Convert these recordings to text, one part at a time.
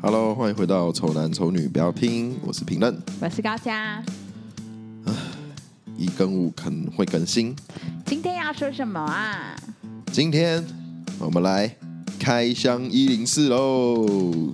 Hello， 欢迎回到丑男丑女不要听，我是评论， 我是高嘉。 1跟5可能会更新。 今天要说什么啊？ 今天我们来开箱104喽。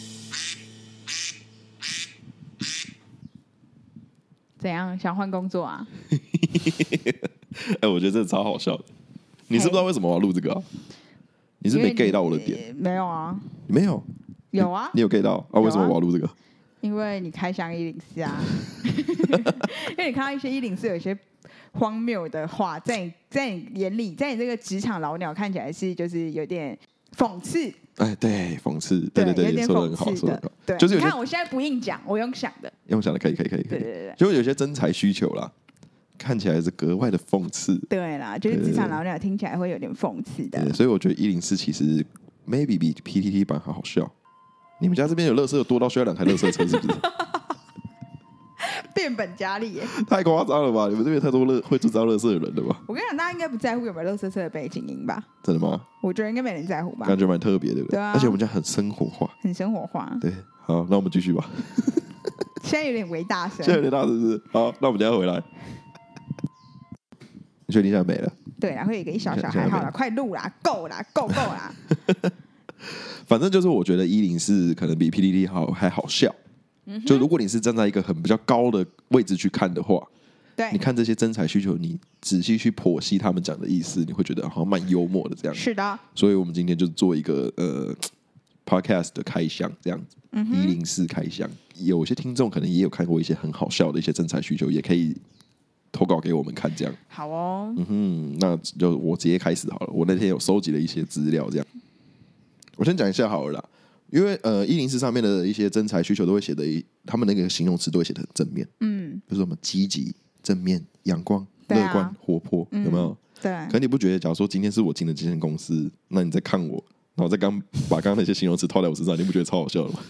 怎样？想换工作啊？ 我觉得这超好笑的。你是不知道为什么我要录这个啊？你是没 get 到我的点？ 没有啊。 没有？ 有啊。 你有 get 到啊？为什么我要录这个？ 因为你开箱104啊。因为你看到一些104有一些荒谬的话，在你眼里，在你这个职场老鸟看起来是就是有点讽刺。 哎，对，讽刺，对， 有点说得很好， 讽刺的。对， 就是你看我现在不硬讲，我用想的。 用想的可以， 对， 就有些真材需求啦，看起来是格外的讽刺。 对啦，就是职场老鸟听起来会有点讽刺的。 对，所以我觉得104其实 maybe 比 PTT 版还好笑。你们家这边有垃圾多到需要2台垃圾车是不是？ 变本加厉耶！ 太夸张了吧！你们这边太多会制造垃圾的人了吧？ 我跟你讲，大家应该不在乎有没有垃圾车的背景音吧？ 真的吗？ 我觉得应该没人在乎吧。 感觉蛮特别的，对不对？ 对啊， 而且我们家很生活化， 很生活化。 对，好，那我们继续吧。 现在有点微大声， 现在有点大声是不是？好，那我们等一下回来。你确定现在没了？ 对啦，会有一个小小还好啦，快录啦，够啦，够啦。 反正就是我觉得104可能比 PTT 还好笑。就如果你是站在一个比较高的位置去看的话， 对， 你看这些真材需求，你仔细去剖析他们讲的意思，你会觉得好像蛮幽默的这样。 是的， 所以我们今天就做一个podcast 的开箱这样子，104开箱。有些听众可能也有看过一些很好笑的一些真材需求，也可以投稿给我们看这样。 好哦， 那就我直接开始好了。我那天有收集了一些资料，这样我先讲一下好了啦。因为104上面的一些真材需求都会写的，他们那个形容词都会写的很正面，比如说什么积极、正面、阳光、乐观、活泼，有没有？ 对。 可你不觉得，假如说今天是我进了这间公司，那你在看我，然后再把刚刚那些形容词套在我身上，你不觉得超好笑的吗？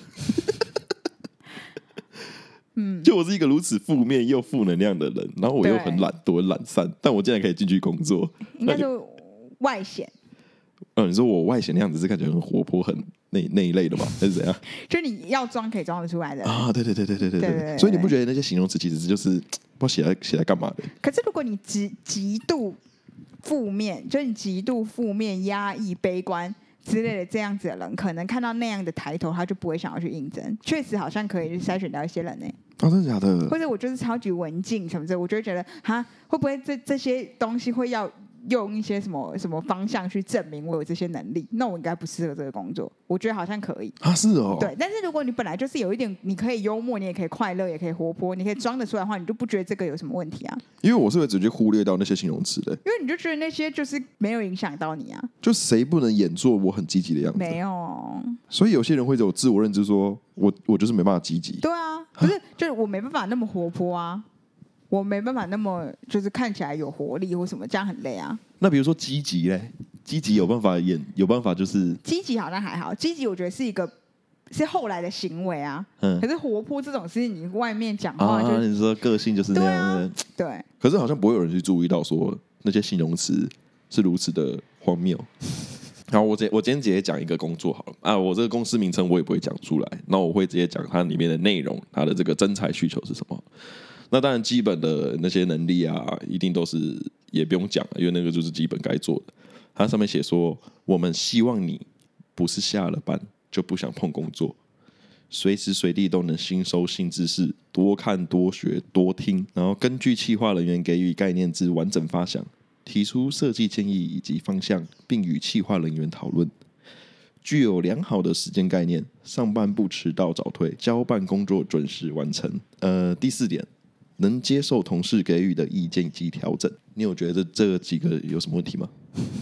就我是一个如此负面又负能量的人，然后我又很懒惰、很懒散，但我竟然可以进去工作， 应该是外显。 你说我外显的样子是看起来很活泼、很那一类的吗？还是怎样？ 就你要装可以装得出来的啊！对，所以你不觉得那些形容词其实就是不知道写来干嘛的？ 可是如果你极度负面，就是你极度负面、压抑、悲观之类的这样子的人，可能看到那样的抬头，他就不会想要去应征。确实好像可以筛选掉一些人呢。 真的假的？ 或者我就是超级文静什么的，我就会觉得哈，会不会这些东西会要用一些什么方向去证明我有这些能力？那我应该不适合这个工作。我觉得好像可以啊，是哦， 对。但是如果你本来就是有一点，你可以幽默，你也可以快乐，也可以活泼，你可以装得出来的话，你就不觉得这个有什么问题啊？ 因为我是会直接忽略到那些形容词的， 因为你就觉得那些就是没有影响到你啊。 就谁不能演做我很积极的样子？ 没有。 所以有些人会有自我认知说，我就是没办法积极。 对啊，不是，就是我没办法那么活泼啊。我没办法那么就是看起来有活力或什么，这样很累啊。 那比如说积极嘞，积极有办法有办法就是积极好像还好，积极我觉得是后来的行为啊。可是活泼这种事情，你外面讲话就你说个性就是那样的， 对。 可是好像不会有人去注意到说那些形容词是如此的荒谬。然后我今天直接讲一个工作好了啊，我这个公司名称我也不会讲出来，那我会直接讲它里面的内容，它的这个真材需求是什么。那当然，基本的那些能力啊，一定都是也不用讲，因为那个就是基本该做的。它上面写说，我们希望你不是下了班就不想碰工作，随时随地都能吸收新知识，多看多学多听，然后根据企划人员给予概念之完整发想，提出设计建议以及方向，并与企划人员讨论。具有良好的时间概念，上班不迟到早退，交办工作准时完成。第4点。能接受同事给予的意见及调整，你有觉得这几个有什么问题吗？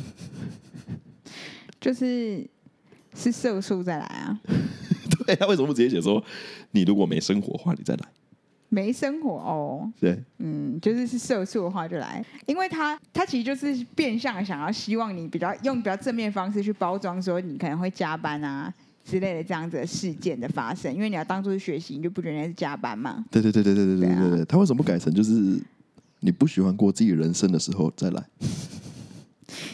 是社畜再来啊。 对，他为什么不直接写说，你如果没生活的话，你再来？ 没生活哦， 对， 就是社畜的话就来，因为他其实就是变相想要希望你用比较正面方式去包装，说你可能会加班啊。之类的这样子的事件的发生，因为你要当作是学习，你就不觉得那是加班嘛？对， 他为什么不改成就是你不喜欢过自己人生的时候再来？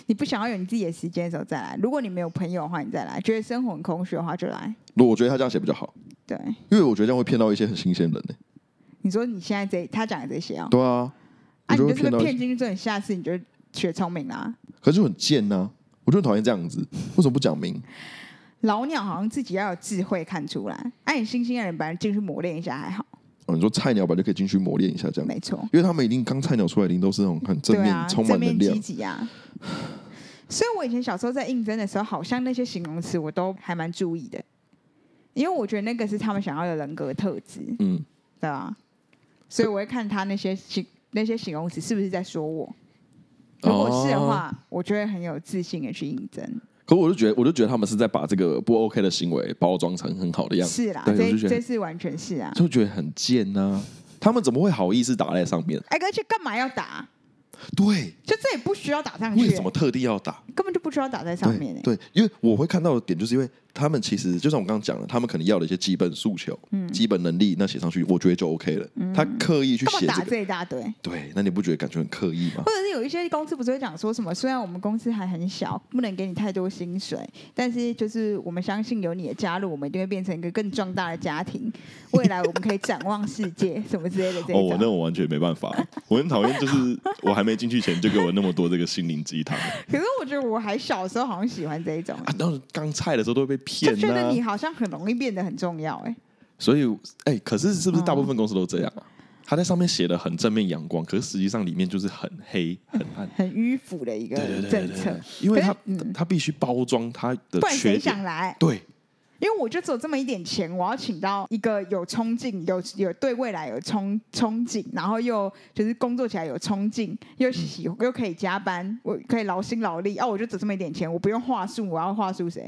你不想要有你自己的时间的时候再来。如果你没有朋友的话，你再来；觉得生活很空虚的话，就来。 我觉得他这样写比较好， 对， 因为我觉得这样会骗到一些很新鲜人呢。 你说你现在他讲的这些哦， 对啊， 你就是被骗进去之后，你下次你就学聪明啦。 可是就很贱啊，我就很讨厌这样子，为什么不讲明？ 老鸟好像自己要有智慧看出来，你新鲜的人本来进去磨练一下还好。 你说菜鸟版就可以进去磨练一下，这样没错， 因为他们一定刚菜鸟出来，一定都是那种很正面、充满能量、 积极啊。所以我以前小时候在应征的时候，好像那些形容词我都还蛮注意的，因为我觉得那个是他们想要的人格特质，对吧？所以我会看他那些形容词是不是在说我。如果是的话，我就会很有自信的去应征。 可我就觉得他们是在把这个不 OK 的行为包装成很好的样子。 是啦，这是完全是啊， 就觉得很贱啊！他们怎么会好意思打在上面？ 而且干嘛要打？ 对， 就这也不需要打上去。 为什么特地要打？ 根本就不需要打在上面。 对，因为我会看到的点，就是因为他们其实就像我刚刚讲的，他们可能要的一些基本诉求、基本能力，那写上去，我觉得就 OK 了。他刻意去写打这一大堆， 对，那你不觉得感觉很刻意吗？ 或者是有一些公司不是会讲说什么，虽然我们公司还很小，不能给你太多薪水，但是就是我们相信有你的加入，我们一定会变成一个更壮大的家庭，未来我们可以展望世界什么之类的这种。 那我完全没办法，我很讨厌，就是我还没进去前就给我那么多这个心灵鸡汤。 可是我觉得我还小的时候好像喜欢这一种当时刚菜的时候都会被骗啊， 就觉得你好像很容易变得很重要所以可是是不是大部分公司都这样啊？他在上面写的很正面阳光，可是实际上里面就是很黑很暗、 很迂腐的一个政策， 因为他必须包装他的缺点， 不然谁想来？ 对。 因为我就只有这么一点钱，我要请到一个有冲劲、有对未来有憧憬，然后又就是工作起来有冲劲，又可以加班，我可以劳心劳力。我就只有这么一点钱，我不用话术，我要话术谁？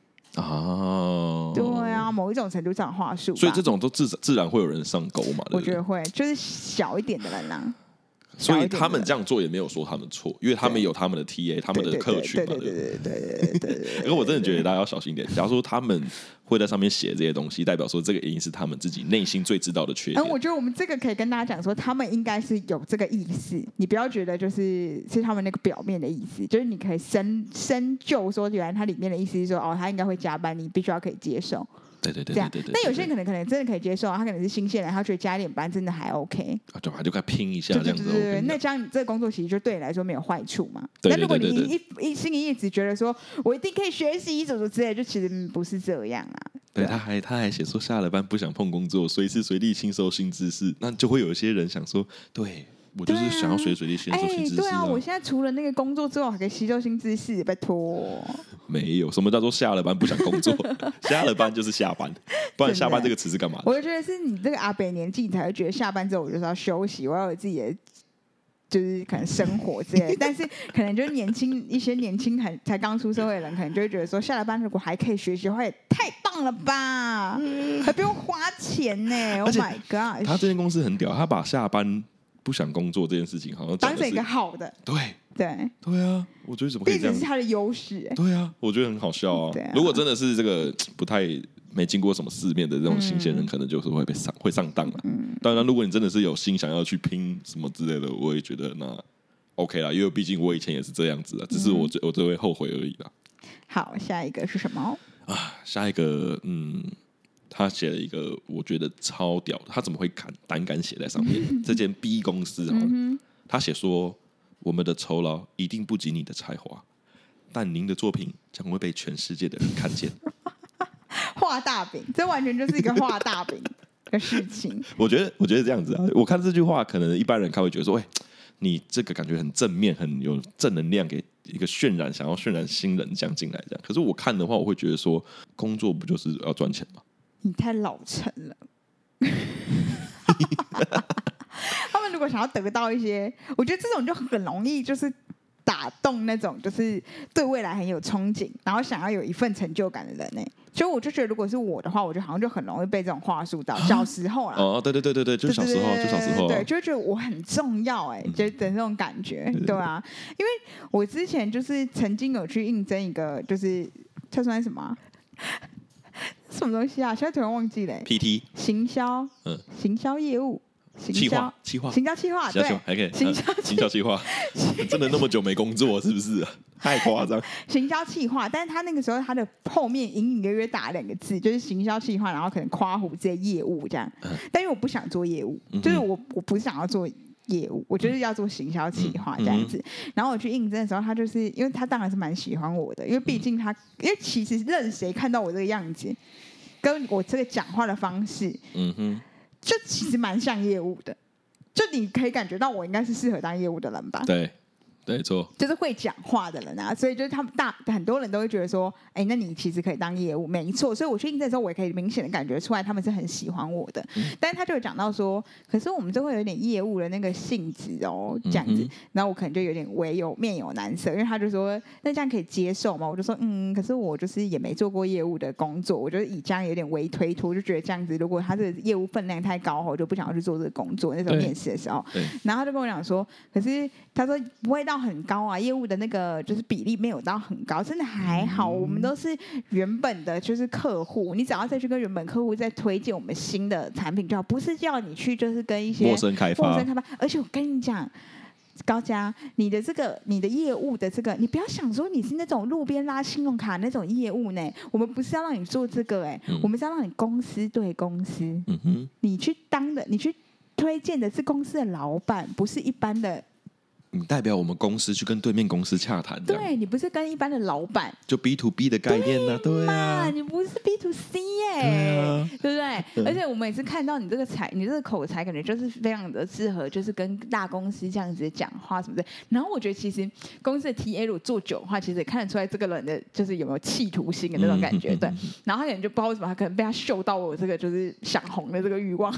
对啊，某一种程度上的话术， 所以这种都自然会有人上钩嘛。 我觉得会，就是小一点的人啊。 所以他们这样做也没有说他们错，因为他们有他们的 TA， 他们的客群嘛，对。可我真的觉得大家要小心一点。假如说他们会在上面写这些东西，代表说这个一定是他们自己内心最知道的缺点。 我觉得我们这个可以跟大家讲说，他们应该是有这个意思，你不要觉得是他们那个表面的意思，就是你可以深究说，原来他里面的意思是说，他应该会加班，你必须要可以接受。 对。 但有些人可能真的可以接受他可能是新鲜人，他觉得加一点班真的还 OK， 就该拼一下这样子。 对，那这样这个工作其实就对你来说没有坏处嘛。但如果你心里一直觉得说我一定可以学习什么之类，就其实不是这样啊。 对，他还写说下了班不想碰工作，随时随地吸收新知识，那就会有一些人想说，对。我就是想要随时随地吸收新知识。 对啊，我现在除了那个工作之后，还可以吸收新知识，拜托。 没有什么叫做下了班不想工作，下了班就是下班，不然下班这个词是干嘛的？ 我觉得是你这个阿北年纪，你才会觉得下班之后我就是要休息，我要有自己的。就是可能生活之类的，但是可能就是一些年轻才刚出社会的人，可能就会觉得说，下了班如果还可以学习的话，也太棒了吧，还不用花钱呢。Oh my god！ 他这间公司很屌，他把下班不想工作这件事情好像当成一个好的。对啊，我觉得怎么可以这样？ 这是他的优势。 对啊，我觉得很好笑啊。如果真的是这个不太没经过什么世面的这种新鲜人，可能就是会上当了。当然，如果你真的是有心想要去拼什么之类的，我也觉得那 OK 啦，因为毕竟我以前也是这样子啊，只是我最会后悔而已啦。 好，下一个是什么下一个他写了一个我觉得超屌的，他怎么会胆敢写在上面？这间 B 公司他写说，我们的酬劳一定不及你的才华，但您的作品将会被全世界的人看见。 画大饼，这完全就是一个画大饼的事情。 我觉得这样子啊，我看这句话，可能一般人看会觉得说，你这个感觉很正面，很有正能量，给一个想要渲染新人这样进来这样。可是我看的话，我会觉得说，工作不就是要赚钱吗？ 你太老成了。他们如果想要得到一些，我觉得这种就很容易就是打动那种就是对未来很有憧憬，然后想要有一份成就感的人呢。所以我就觉得，如果是我的话，我就好像就很容易被这种话术到。小时候啦， 对，就是小时候， 对，就觉得我很重要，就的那种感觉，对啊。因为我之前就是曾经有去应征一个，就是叫算什么什么东西啊？现在突然忘记了。 PT 行销，行销业务。 企划， 行销企划，对， 还可以行销企划， 真的那么久没工作是不是、啊？太夸张。 行销企划，但是他那个时候他的后面隐隐约约打2个字，就是行销企划，然后可能夸胡这些业务这样。但因为我不想做业务，就是我不是想要做业务，我就是要做行销企划这样子。然后我去应征的时候，他就是因为他当然是蛮喜欢我的，因为毕竟他，因为其实任谁看到我这个样子，跟我这个讲话的方式，就其实蛮像业务的。就你可以感觉到我应该是适合当业务的人吧？ 对，没错， 就是会讲话的人啊，所以就是他们很多人都会觉得说，哎，那你其实可以当业务，没错。所以我去应征的时候，我也可以明显的感觉出来他们是很喜欢我的。但是他就有讲到说，可是我们就会有点业务的那个性质哦，这样子。然后我可能就有点面有难色，因为他就说，那这样可以接受吗？我就说，可是我就是也没做过业务的工作，我觉得以这样有点微推脱，就觉得这样子，如果他这个业务分量太高，我就不想要去做这个工作。那时候面试的时候，然后他就跟我讲说，可是他说不会到很高啊，业务的那个就是比例没有到很高，真的还好。我们都是原本的就是客户，你只要再去跟原本客户再推荐我们新的产品就好，不是叫你去就是跟一些陌生开发。 而且我跟你讲，高嘉，你的业务的这个，你不要想说你是那种路边拉信用卡那种业务呢。我们不是要让你做这个我们是要让你公司对公司。你去推荐的是公司的老板，不是一般的。 你代表我们公司去跟对面公司洽谈， 对，你不是跟一般的老板， 就 B to B 的概念呢？对啊， 你不是 B to C 对不对？而且我们也是看到你这个口才，感觉就是非常的适合，就是跟大公司这样子讲话什么的。然后我觉得其实公司的 TA 如果做久的话，其实也看得出来这个人的就是有没有企图心的那种感觉。对，然后他可能就不知道为什么，他可能被他嗅到我这个就是想红的这个欲望。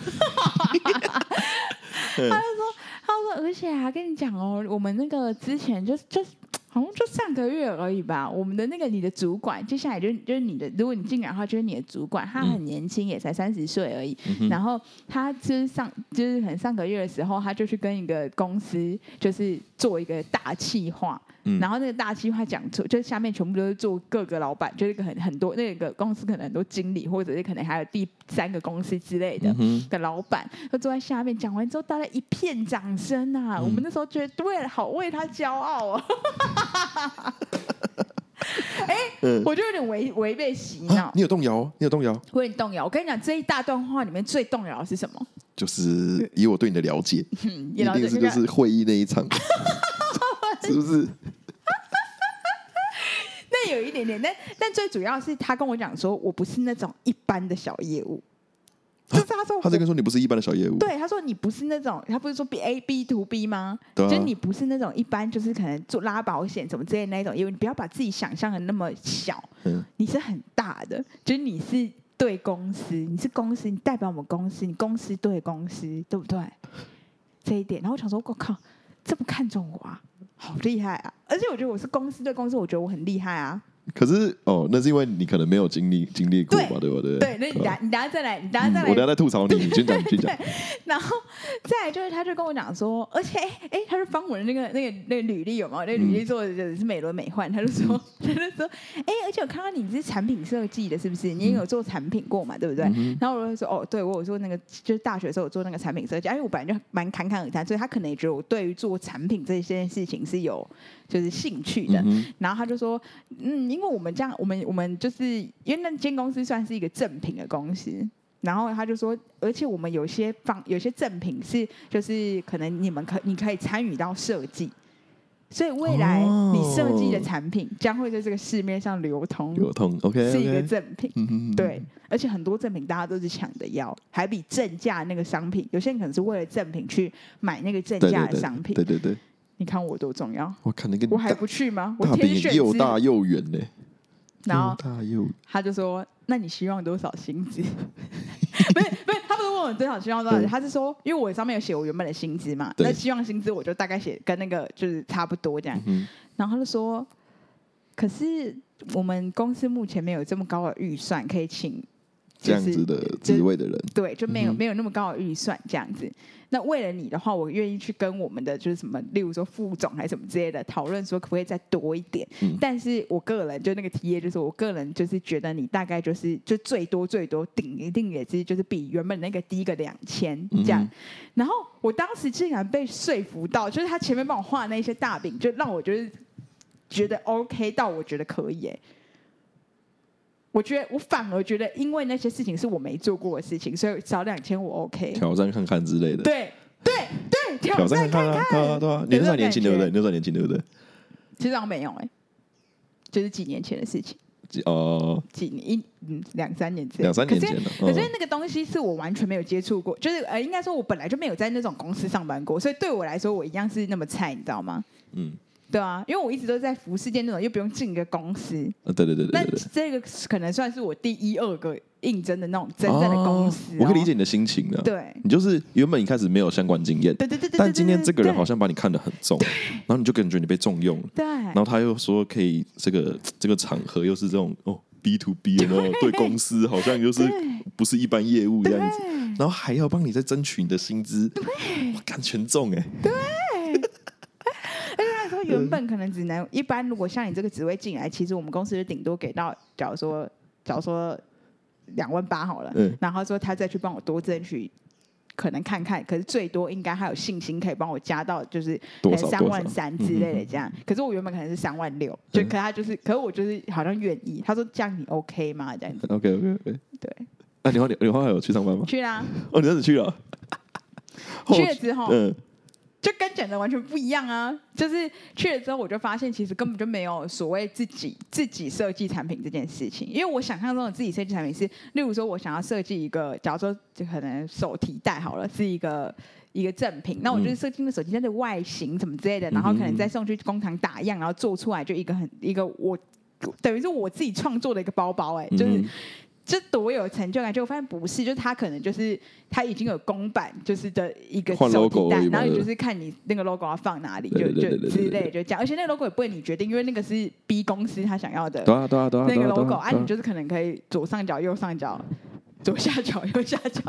他说，而且啊，跟你讲哦，我们那个之前就好像就上个月而已吧。我们的那个你的主管，接下来就是你的，如果你进来的话，就是你的主管，他很年轻，也才30岁而已。然后他就是可能上个月的时候，他就去跟一个公司，就是做一个大企划。然后那个大企划讲出，就是下面全部都是做各个老板，就是很多那个公司可能很多经理，或者是可能还有第3个公司之类的的老板，都坐在下面讲完之后，大家一片掌声啊！我们那时候觉得对，好为他骄傲哦。我就有点违背洗脑。 你有动摇？我有点动摇。我跟你讲，这一大段话里面最动摇的是什么？ 就是以我对你的了解，一定是就是会议那一场，是不是？ 那有一点点，但最主要是他跟我讲说，我不是那种一般的小业务。就是他说， 他这个说你不是一般的小业务， 对，他说你不是那种，他不是说 B to B 吗？就是你不是那种一般，就是可能做拉保险什么之类的那种业务，你不要把自己想象的那么小，你是很大的，就是你是对公司，你是公司，你代表我们公司，你公司对公司，对不对？这一点，然后我想说，我靠，这么看重我啊，好厉害啊！而且我觉得我是公司对公司，我觉得我很厉害啊。 可是那是因为你可能没有经历过嘛，对不对？ 对，那你等下再来， 我等下再吐槽你，你先讲。 然后再来就是，他就跟我讲说，而且他就帮我的那个履历有没有？那履历做的是美轮美奂，他就说，而且我看到你是产品设计的，是不是？你也有做产品过嘛，对不对？然后我就说，对，我有做那个，就是大学的时候我做那个产品设计，因为我本来就蛮侃侃而谈，所以他可能也觉得我对于做产品这件事情是有就是兴趣的。然后他就说，因为我们这样，我们就是因为那间公司算是一个正品的公司，然后他就说，而且我们有些正品是就是可能你可以参与到设计，所以未来你设计的产品将会在这个市面上流通 ，OK， 是一个正品，对，而且很多正品大家都是抢着要，还比正价那个商品，有些人可能是为了正品去买那个正价的商品， 对。 你看我多重要， 我看那个我还不去吗？我大饼又大又圆呢。 然后他就说：“那你希望多少薪资？”不是，他不是问我多少希望多少，他是说，因为我上面有写我原本的薪资嘛，那希望薪资我就大概写跟那个就是差不多这样。然后他就说：“可是我们公司目前没有这么高的预算可以请这样子的职位的人， 对，就没有那么高的预算这样子。那为了你的话，我愿意去跟我们的就是什么，例如说副总还是什么之类的讨论，说可不可以再多一点。但是我个人就那个提议，就是我个人就是觉得你大概就最多顶一定也是就是比原本那个低个2000这样。然后我当时竟然被说服到，就是他前面帮我画那些大饼，就让我就是觉得 OK 到我觉得可以我反而觉得，因为那些事情是我没做过的事情，所以少2000我 OK。 挑战看看之类的。 对，挑战看看。 对啊，你那时候年轻对不对？你那时候年轻对不对？ 其实好像没有就是几年前的事情。几年2-3年前 ，2-3年前了。 可是那个东西是我完全没有接触过，就是应该说我本来就没有在那种公司上班过，所以对我来说我一样是那么菜，你知道吗？对啊，因为我一直都在服饰店那种，又不用进一个公司。对。那这个可能算是我第1、2个应征的那种真正的公司。 我可以理解你的心情的。 对， 你就是原本一开始没有相关经验， 对， 但今天这个人好像把你看得很重，然后你就感觉你被重用了。 对， 然后他又说可以这个场合又是这种B to B， 有没有？对公司好像就是不是一般业务这样子，然后还要帮你再争取你的薪资，哇，干全中对。 说原本可能只能一般，如果像你这个职位进来，其实我们公司就顶多给到，假如说28000好了，然后说他再去帮我多争取，可能看看，可是最多应该还有信心可以帮我加到就是33000之类的这样。可是我原本可能是36000，就可是我就是好像愿意，他说这样你 OK 吗？这样子 OK， 对。 你后来有去上班吗？ 去啦。 你真的去了？ 去了之后，就跟讲的完全不一样啊！就是去了之后，我就发现其实根本就没有所谓自己设计产品这件事情。因为我想象中的自己设计产品是，例如说我想要设计一个，假如说就可能手提袋好了，是一个赠品，那我就是设计那个手提袋的外形什么之类的，然后可能再送去工厂打样，然后做出来就一个我等于是我自己创作的一个包包，就是这多有成就感！就我发现不是，就是他可能就是他已经有公版，就是的一个手提袋，然后你就是看你那个 logo 要放哪里，就之类就这样。而且那个 logo 也不会你决定，因为那个是 B 公司他想要的那个 logo 啊，你就是可能可以左上角、右上角、左下角、右下角。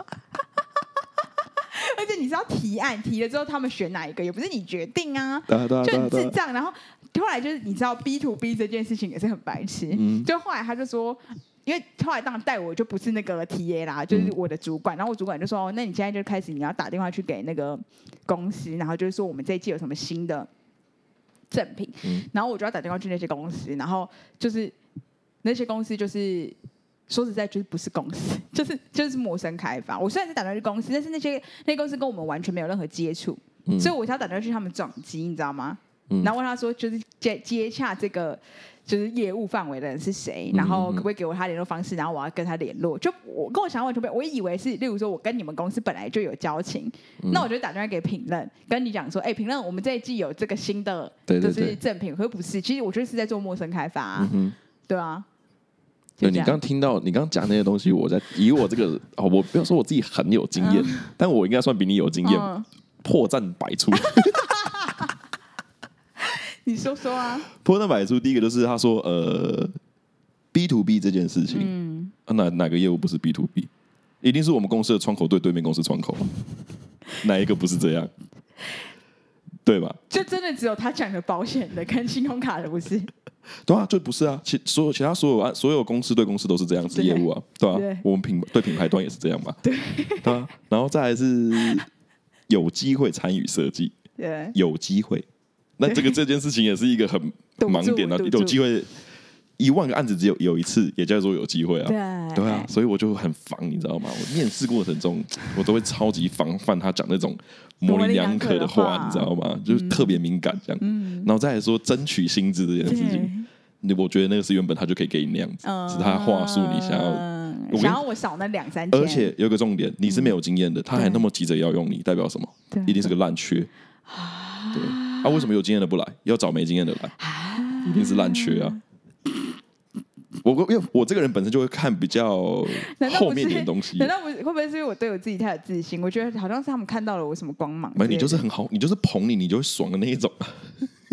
而且你是要提案，提了之后他们选哪一个，也不是你决定啊，就很智障。然后后来就是你知道 B to B 这件事情也是很白痴，就后来他就说。因为后来当然带我就不是那个 TA 啦，就是我的主管，然后我主管就说：“那你现在就开始你要打电话去给那个公司，然后就是说我们这一季有什么新的赠品。”然后我就要打电话去那些公司，然后就是那些公司就是说实在就是不是公司，就是陌生开发。我虽然是打电话去公司，但是那些公司跟我们完全没有任何接触，所以我才要打电话去他们总机，你知道吗？然后问他说，就是接洽这个就是业务范围的人是谁，然后可不可以给我他联络方式，然后我要跟他联络。就我跟我想完全不一样，我以为是，例如说我跟你们公司本来就有交情，那我就打电话给品任，跟你讲说，评论我们这一季有这个新的就是赠品，可是不是，其实我觉得是在做陌生开发，对啊。 对，你刚听到你刚讲那些东西，我在以我这个我不要说我自己很有经验，但我应该算比你有经验，破绽百出。 你说说啊！ 破绽百出，第一个就是他说B to B 这件事情，哪个业务不是 B to B？ 一定是我们公司的窗口对对面公司窗口，哪一个不是这样？对吧？ 就真的只有他讲的保险的跟信用卡的不是？ 对啊，就不是啊，其他所有公司对公司都是这样子业务啊，对吧？我们对品牌端也是这样嘛，对啊，然后再来是有机会参与设计，对，有机会。那这件事情也是一个很盲点啊！有机会10000个案子只有一次，也叫做有机会啊！对啊，所以我就很烦，你知道吗？我面试过程中，我都会超级防范他讲那种模棱两可的话，你知道吗？就是特别敏感这样。然后再来说争取薪资这件事情，我觉得那个是原本他就可以给你那样子，是他话术你想要我少那2-3千。 而且有个重点，你是没有经验的，他还那么急着要用你，代表什么？一定是个烂缺。对。为什么有经验的不来？要找没经验的来，一定是烂缺啊！因为我这个人本身就会看比较后面点东西。 难道会不会是因为我对我自己太有自信？我觉得好像是他们看到了我什么光芒。 没，你就是很好，你就是捧你就会爽的那一种。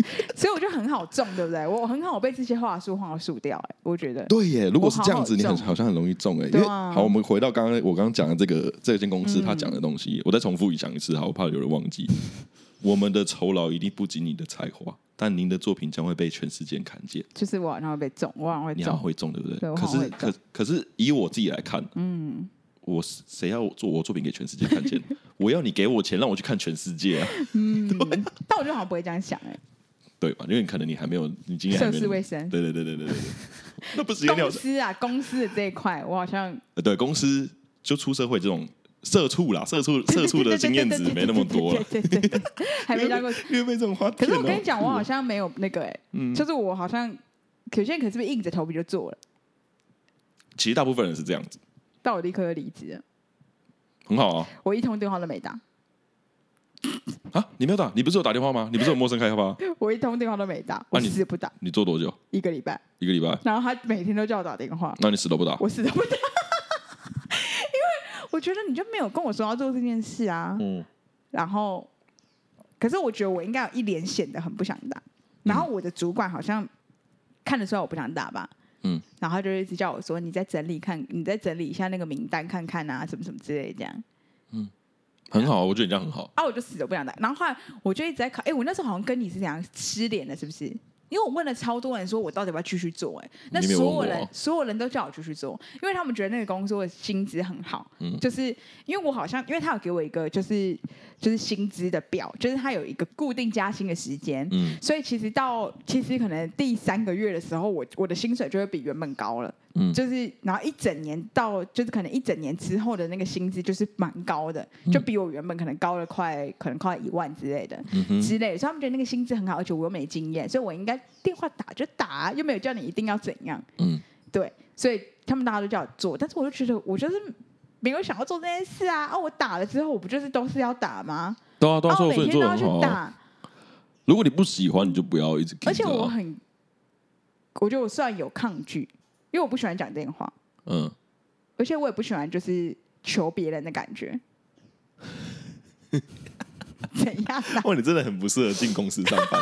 所以我就很好中，对不对？我很好被这些话术掉，我觉得。 对耶，如果是这样子，你我好像很容易中哎。因为对啊好，我们回到我刚刚讲的这间公司他讲的东西，我再重复讲一次，好，我怕有人忘记。我们的酬劳一定不及你的才华，但您的作品将会被全世界看见。 就是我好像会被中，我好像会中， 你好像会中，对不对？ 对我好像会中可是以我自己来看，我谁要做我作品给全世界看见？我要你给我钱，让我去看全世界啊！ 但我就好像不会这样想对吧？因为可能你还没有，你经验还没有涉世未深。 对，那不是有公司啊，公司的这一块，我好像对公司就出社会这种社畜的经验值没那么多了， 对，还没当过。 因为被这种话。 可是我跟你讲，我好像没有那个就是我好像有些人可是不是硬着头皮就做了， 其实大部分人是这样子， 但我立刻就离职了， 很好啊。 我一通电话都没打。 啊，你没有打？你不是有打电话吗？你不是有陌生开发？ 我一通电话都没打，我死不打。 你做多久 ？1个礼拜。 1个礼拜。 然后他每天都叫我打电话， 那你死都不打？ 我死都不打，因为我觉得你就没有跟我说要做这件事啊。然后，可是我觉得我应该有一脸显得很不想打。然后我的主管好像看得出来我不想打吧。然后他就一直叫我说：“你再整理一下那个名单看看啊，什么什么之类的这样。” 很好，我觉得你这样很好。 我就死都不想打。然后后来我就一直在考，我那时候好像跟你是这样失联了，是不是？因为我问了超多人，说我到底要不要继续做？那所有人都叫我继续做，因为他们觉得那个工作的薪资很好。就是因为我好像，因为他有给我一个就是薪资的表，就是他有一个固定加薪的时间。所以其实可能第3个月的时候，我的薪水就会比原本高了。就是然后一整年到就是可能一整年之后的那个薪资就是蛮高的，就比我原本可能高了可能快1万之类的，所以他们觉得那个薪资很好，而且我又没经验，所以我应该电话打就打，又没有叫你一定要怎样。对，所以他们大家都叫我做，但是我就觉得我就是没有想要做这件事啊！我打了之后，我不就是都是要打吗？ 对啊， 我每天都要去打。 如果你不喜欢，你就不要一直。 而且我觉得我虽然有抗拒，因为我不喜欢讲电话，而且我也不喜欢就是求别人的感觉。怎样啊？ 哇，你真的很不适合进公司上班。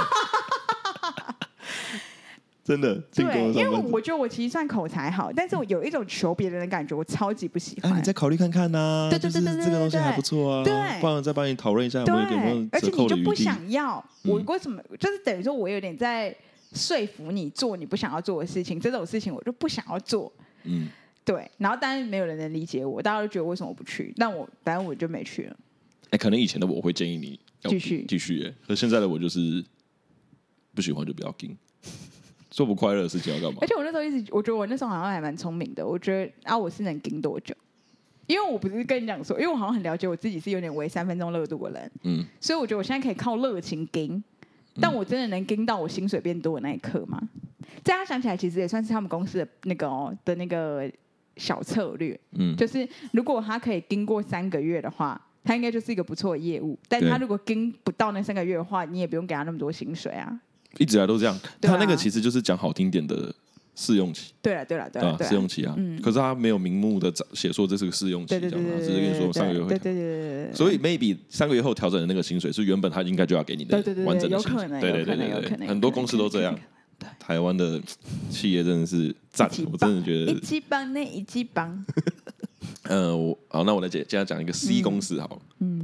真的，进公司上班。 对，因为我觉得我其实算口才好，但是我有一种求别人的感觉，我超级不喜欢。 你再考虑看看呐。 对， 就是这个东西还不错啊。 对， 不然再帮你讨论一下有没有而且你就不想要，我为什么就是等于说我有点在说服你做你不想要做的事情，这种事情我就不想要做。对，然后当然没有人能理解我，大家都觉得为什么我不去，反正我就没去了。 可能以前的我会建议你继续， 可现在的我就是不喜欢就不要跟，做不快乐的事情要干嘛？ 而且我那时候我觉得我那时候好像还蛮聪明的，我觉得我是能跟多久？因为我不是跟你讲说，因为我好像很了解我自己是有点为3分钟热度的人，所以我觉得我现在可以靠热情跟，但我真的能跟到我薪水变多的那一刻吗？这样想起来，其实也算是他们公司的那个小策略，就是如果他可以跟过3个月的话，他应该就是一个不错的业务。但他如果跟不到那3个月的话，你也不用给他那么多薪水啊。 一直以来都这样，他那个其实就是讲好听点的试用期。 对了， 试用期啊。可是他没有明目的写说这是个试用期，只是跟你说3个月会。对。所以 maybe 3个月后调整的那个薪水是原本他应该就要给你的完整的薪水。对，很多公司都这样。台湾的企业真的是赞，我真的觉得一级棒那一级棒。 好，那我来接下来讲一个 C 公司好了。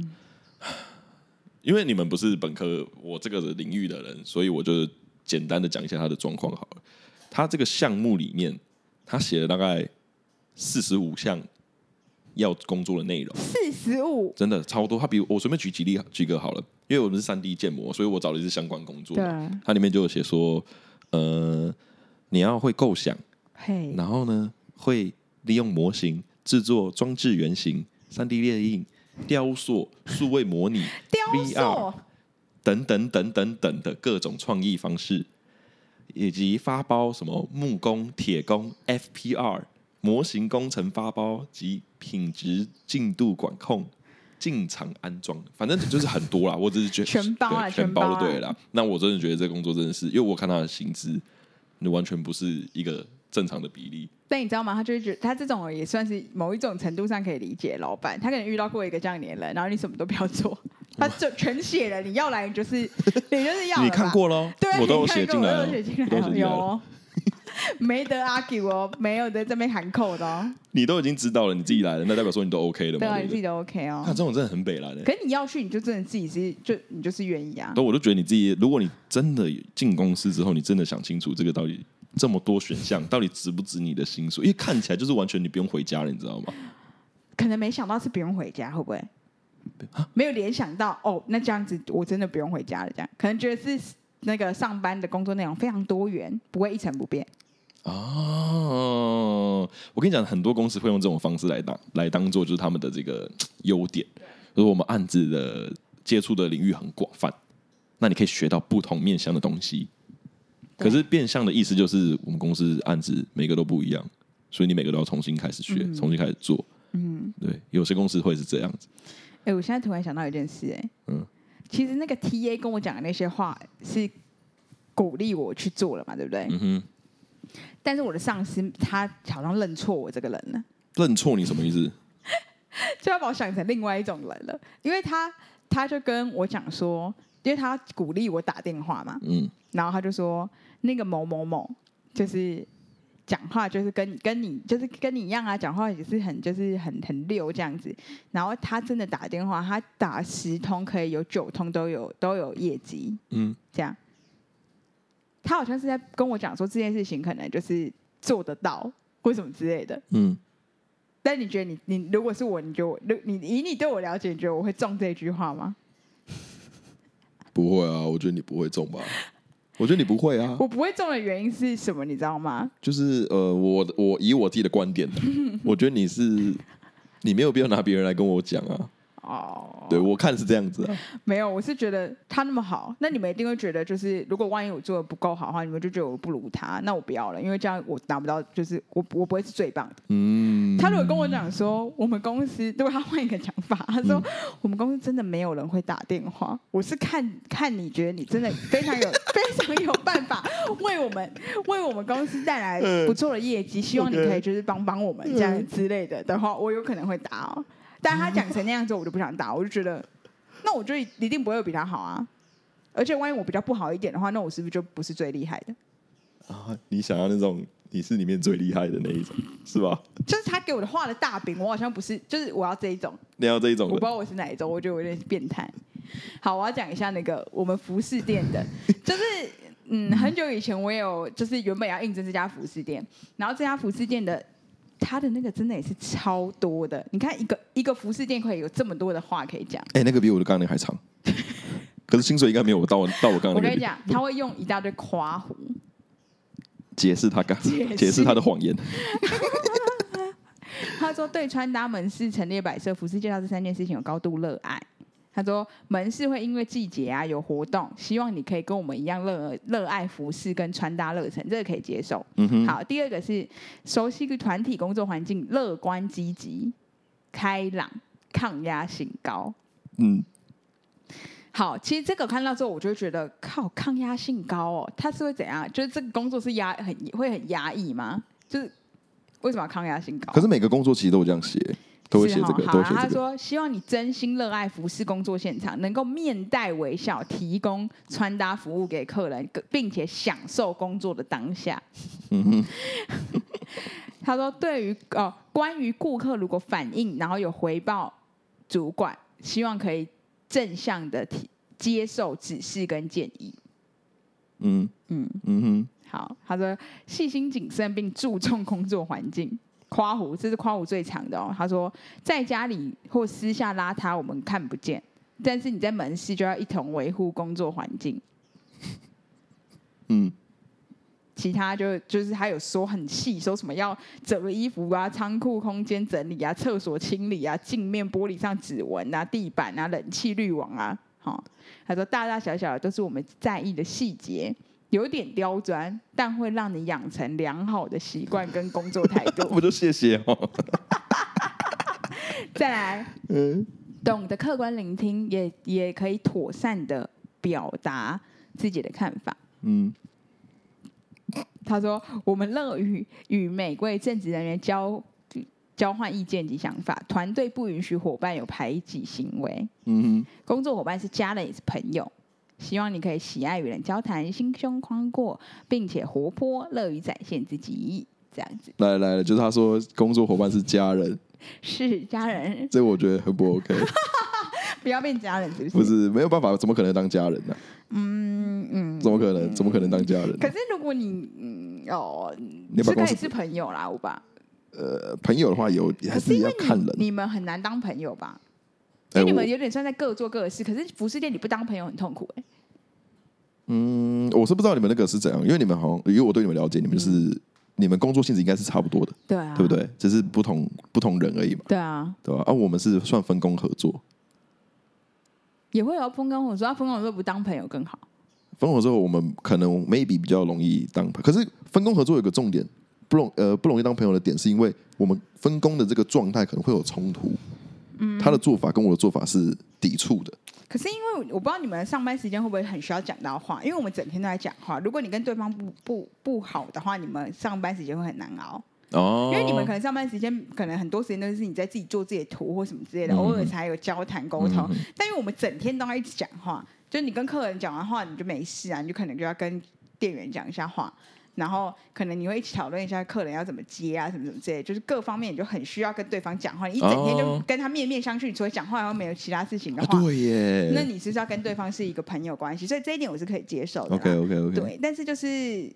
因为你们不是本科我这个领域的人，所以我就简单的讲一下他的状况好了。他这个项目里面，他写了大概45项要工作的内容。 45， 真的超多。他比我随便举个好了，因为我们是3D 建模，所以我找的是相关工作。它里面就有写说，你要会构想，然后呢会利用模型制作装置原型、3D 列印、雕塑、数位模拟、VR 等等的各种创意方式，以及发包什么木工、铁工、FPR 模型工程发包及品质进度管控、进场安装，反正就是很多啦。我只是觉得全包就对了啦。那我真的觉得这个工作真的是，因为我看他的薪资，你完全不是一个正常的比例。 但你知道吗？他就会觉得他这种也算是某一种程度上可以理解老板，他可能遇到过一个这样的人，然后你什么都不要做， 他就全写了，你要来你就是要了吧。 你看过咯， 对， 我都有写进来了， 有哦，没得 argue 哦，没有的这边喊扣的哦。 你都已经知道了，你自己来了，那代表说你都 OK 了嘛？ 对啊， 对不对你自己都 OK 哦。 那这种真的很北蓝的。 可是你要去，你就真的自己你就是愿意啊。 我就觉得你自己，如果你真的进公司之后，你真的想清楚这个到底这么多选项，到底值不值你的薪水？因为看起来就是完全你不用回家了，你知道吗？ 可能没想到是不用回家，会不会？没有联想到哦，那这样子我真的不用回家了，这样可能觉得是那个上班的工作内容非常多元，不会一成不变。 哦，我跟你讲，很多公司会用这种方式来当做就是他们的这个优点。如果我们案子的接触的领域很广泛，那你可以学到不同面向的东西。可是变相的意思就是我们公司案子每个都不一样，所以你每个都要重新开始学，重新开始做。对，有些公司会是这样子。 我现在突然想到一件事，其实那个 TA 跟我讲的那些话是鼓励我去做了嘛，对不对？但是我的上司他好像认错我这个人了。 认错你什么意思？ 就要把我想成另外一种人了，因为他就跟我讲说，因为他鼓励我打电话嘛，然后他就说那个某某某就是讲话就是跟你一样啊，讲话也是很溜这样子。然后他真的打电话，他打10通可以有9通都有业绩，这样。他好像是在跟我讲说这件事情可能就是做得到或什么之类的，但你觉得你如果是我，以你对我了解，你觉得我会中这句话吗？ 不会啊，我觉得你不会中吧。我觉得你不会啊。 我不会中的原因是什么？你知道吗？ 就是我以我自己的观点，我觉得你没有必要拿别人来跟我讲啊。对，我看是这样子啊。 没有，我是觉得他那么好，那你们一定会觉得，就是如果万一我做的不够好的话，你们就觉得我不如他，那我不要了，因为这样我达不到，就是我不会是最棒的。他如果跟我讲说，我们公司，如果他换一个讲法，他说我们公司真的没有人会打电话，我是看你觉得你真的非常有办法为我们公司带来不错的业绩，希望你可以就是帮我们这样之类的话，我有可能会打哦。但他讲成那样之后，我就不想打，我就觉得，那我就一定不会有比他好啊。而且万一我比较不好一点的话，那我是不是就不是最厉害的啊？你想要那种你是里面最厉害的那一种，是吧？ 就是他给我的画的大饼，我好像不是，就是我要这一种。 你要这一种， 我不知道我是哪一种，我觉得我有点变态。好，我要讲一下那个我们服饰店的，就是很久以前我有就是原本要应征这家服饰店，然后这家服饰店的。他的那个真的也是超多的，你看一个服饰店可以有这么多的话可以讲。 那个比我的刚刚那个还长，可是薪水应该没有我到我刚刚那个。 我跟你讲，他会用一大堆夸胡解释他的谎言。 他说对穿搭门市陈列摆设服饰介绍这3件事情有高度热爱。他说门市会因为季节啊有活动，希望你可以跟我们一样热爱服饰跟穿搭热忱，这个可以接受。好，第二个是熟悉团体工作环境，乐观积极开朗，抗压性高。好，其实这个看到之后，我就会觉得靠，抗压性高哦，他是会怎样？就是这个工作是会很压抑吗？就是为什么要抗压性高？ 可是每个工作其实都有这样写。都会写这个， 好，他说希望你真心热爱服饰工作现场，能够面带微笑提供穿搭服务给客人，并且享受工作的当下。他说对于关于顾客如果反应然后有回报主管，希望可以正向的接受指示跟建议。好，他说细心谨慎并注重工作环境。夸胡，这是夸胡最长的哦。他说，在家里或私下邋遢我们看不见，但是你在门市就要一同维护工作环境。其他就是他有说很细，说什么要折衣服啊、仓库空间整理啊、厕所清理啊、镜面玻璃上指纹啊、地板啊、冷气滤网啊。他说大大小小的都是我们在意的细节。有点刁钻，但会让你养成良好的习惯跟工作态度。 我就谢谢哦。 再来，懂得客观聆听，也可以妥善的表达自己的看法。他说，我们乐于与每位正职人员交换意见及想法，团队不允许伙伴有排挤行为。工作伙伴是家人也是朋友，希望你可以喜爱与人交谈，心胸宽阔，并且活泼，乐于展现自己。这样子， 来了，就是他说工作伙伴是家人， 是家人， 这我觉得很不 OK。 不要变家人，是不是？ 不是，没有办法，怎么可能当家人呢？怎么可能？怎么可能当家人？ 可是如果你是可以是朋友啦，我吧。 朋友的话还是要看人。 你们很难当朋友吧？因为你们有点算在各做各的事，可是服饰店你不当朋友很痛苦我是不知道你们那个是怎样，因为你们好像，因为我对你们了解，你们就是你们工作性质应该是差不多的， 对啊， 对不对？只是不同人而已嘛， 对啊， 对吧？我们是算分工合作， 也会有分工合作，分工合作不当朋友更好。 分工合作我们可能 maybe 比较容易当朋友，可是分工合作有个重点，不容易当朋友的点，是因为我们分工的这个状态可能会有冲突。他的做法跟我的做法是抵触的。 可是因为我不知道你们上班时间会不会很需要讲到话，因为我们整天都在讲话。如果你跟对方不好的话，你们上班时间会很难熬。因为你们可能上班时间可能很多时间都是你在自己做自己的图或什么之类的，偶尔才有交谈沟通。但因为我们整天都在一直讲话，就是你跟客人讲完话你就没事啊，你就可能就要跟店员讲一下话。然后可能你会一起讨论一下客人要怎么接啊，什么什么之类的，就是各方面你就很需要跟对方讲话。你一整天就跟他面面相觑，除了讲话然后没有其他事情的话， 对耶， 那你是要跟对方是一个朋友关系，所以这一点我是可以接受的。 OK， 对，但是就是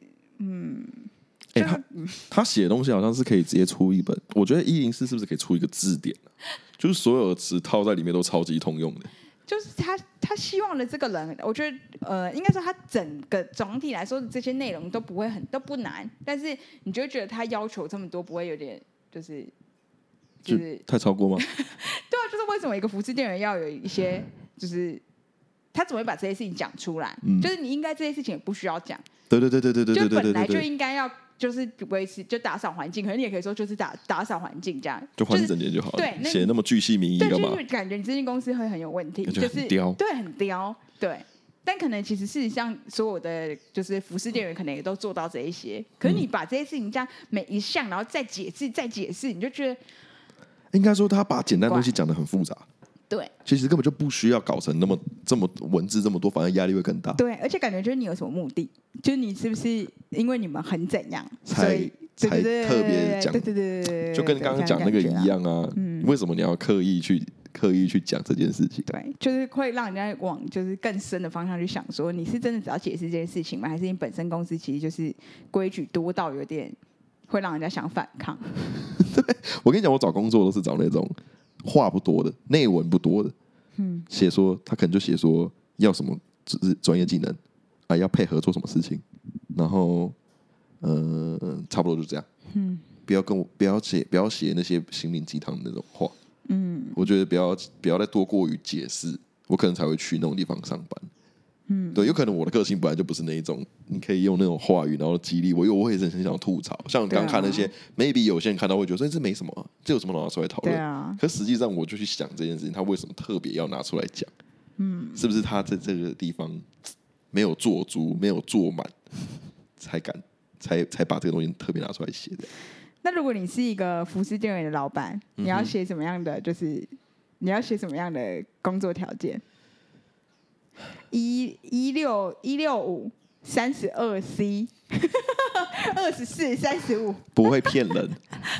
他写的东西好像是可以直接出一本，我觉得104是不是可以出一个字典，就是所有的词套在里面都超级通用的。 就是他希望的这个人，我觉得应该说他总体来说的这些内容都不难，但是你就会觉得他要求这么多，不会有点就是太超过吗？ 对啊，就是为什么一个服饰店员要有一些就是他怎么会把这些事情讲出来？就是你应该这些事情也不需要讲。 对， 就本来就应该要就是维持就打扫环境，可能你也可以说就是打扫环境这样， 就环境整洁就好了。 对， 写那么巨细靡遗干嘛？ 就是感觉你这间公司会很有问题， 就是很刁， 对，很刁，对。但可能其实事实上，所有的就是服饰店员可能也都做到这一些。可是你把这些事情这样每一项，然后再解释，你就觉得应该说他把简单东西讲得很复杂。 对， 其实根本就不需要搞成这么文字这么多，反而压力会更大。 对，而且感觉就是你有什么目的，就是你是不是因为你们很怎样， 才特别讲？ 对， 就跟刚刚讲那个一样啊。为什么你要刻意去讲这件事情？ 对，就是会让人家往就是更深的方向去想，说你是真的只要解释这件事情吗？还是你本身公司其实就是规矩多到有点会让人家想反抗？ 对，我跟你讲，我找工作都是找那种话不多的、内文不多的，写说他可能就写说要什么专业技能啊，要配合做什么事情，然后差不多就这样，不要写那些心灵鸡汤的那种话，我觉得不要再多过于解释，我可能才会去那种地方上班。对，有可能我的个性本来就不是那一种，你可以用那种话语然后激励我，因为我也是很想吐槽。像刚看那些，maybe 有些人看到会觉得说这没什么，这有什么拿出来讨论？ 对啊。 可实际上我就去想这件事情，他为什么特别要拿出来讲？是不是他在这个地方没有做足，没有做满，才把这个东西特别拿出来写的？ 那如果你是一个服饰店员的老板，你要写什么样的？就是你要写什么样的工作条件？165 32C 24 35， 不会骗人，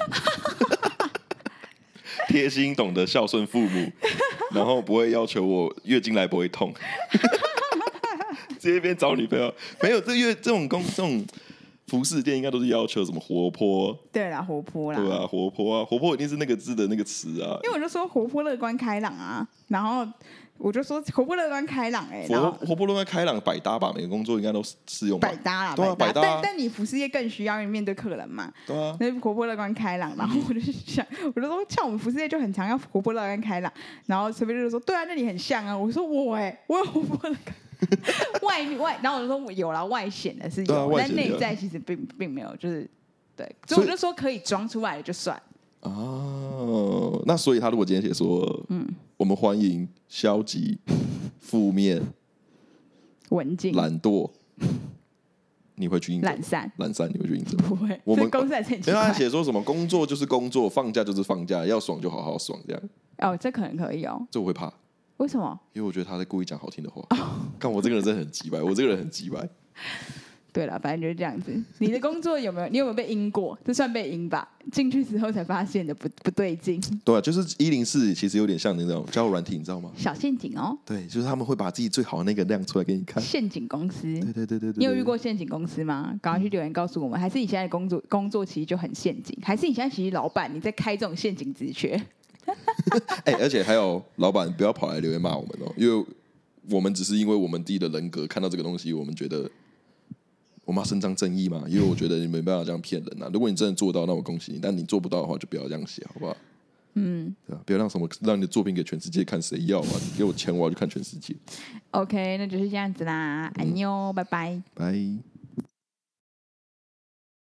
贴心懂得孝顺父母，然后不会要求我月经来不会痛，直接边找女朋友。没有，因为这种服饰店应该都是要求什么活泼？ 对啦，活泼啦， 对啊，活泼啊，活泼一定是那个字的那个词啊。 因为我就说活泼乐观开朗啊，然后我就说活泼乐观开朗活泼乐观开朗百搭吧，每个工作应该都适用吧。 百搭啦， 对啊，百搭。 但你服饰业更需要面对客人嘛， 对啊， 那活泼乐观开朗。然后我就想，我就说像我们服饰业就很常要活泼乐观开朗，然后随便就说对啊，那你很像啊。我说我有活泼乐观。外，然后我就说我有啦，外显的是有，但内在其实并没有，就是对，所以我就说可以装出来的就算。 哦，那所以他如果今天写说，我们欢迎消极、负面、 文静、 懒惰， 你会去应征？ 懒散， 懒散，你会去应征？ 不会。 我们公司还是很奇因为他怪。 写说什么工作就是工作，放假就是放假，要爽就好好爽，这样。 哦，这可能可以哦。 这我会怕， 为什么？ 因为我觉得他在故意讲好听的话。看我这个人真的很鸡掰，我这个人很鸡掰。 对了，反正就是这样子。你的工作你有没有被阴过？这算被阴吧？进去之后才发现的不对劲。 对啊，就是104，其实有点像那种交友软体，你知道吗？ 小陷阱哦。 对，就是他们会把自己最好的那个亮出来给你看。 陷阱公司。 对。 你有遇过陷阱公司吗？赶快去留言告诉我们。还是你现在的工作其实就很陷阱？还是你现在其实老板你在开这种陷阱职缺？ 而且还有老板不要跑来留言骂我们哦，因为我们只是因为我们自己的人格看到这个东西，我们觉得我们要伸张正义嘛。因为我觉得你没办法这样骗人啊。如果你真的做到，那我恭喜你；但你做不到的话，就不要这样写，好不好？对吧？不要让你的作品给全世界看，谁要啊？你给我钱，我要去看全世界。 OK， 那就是这样子啦。安妞，拜拜。 拜。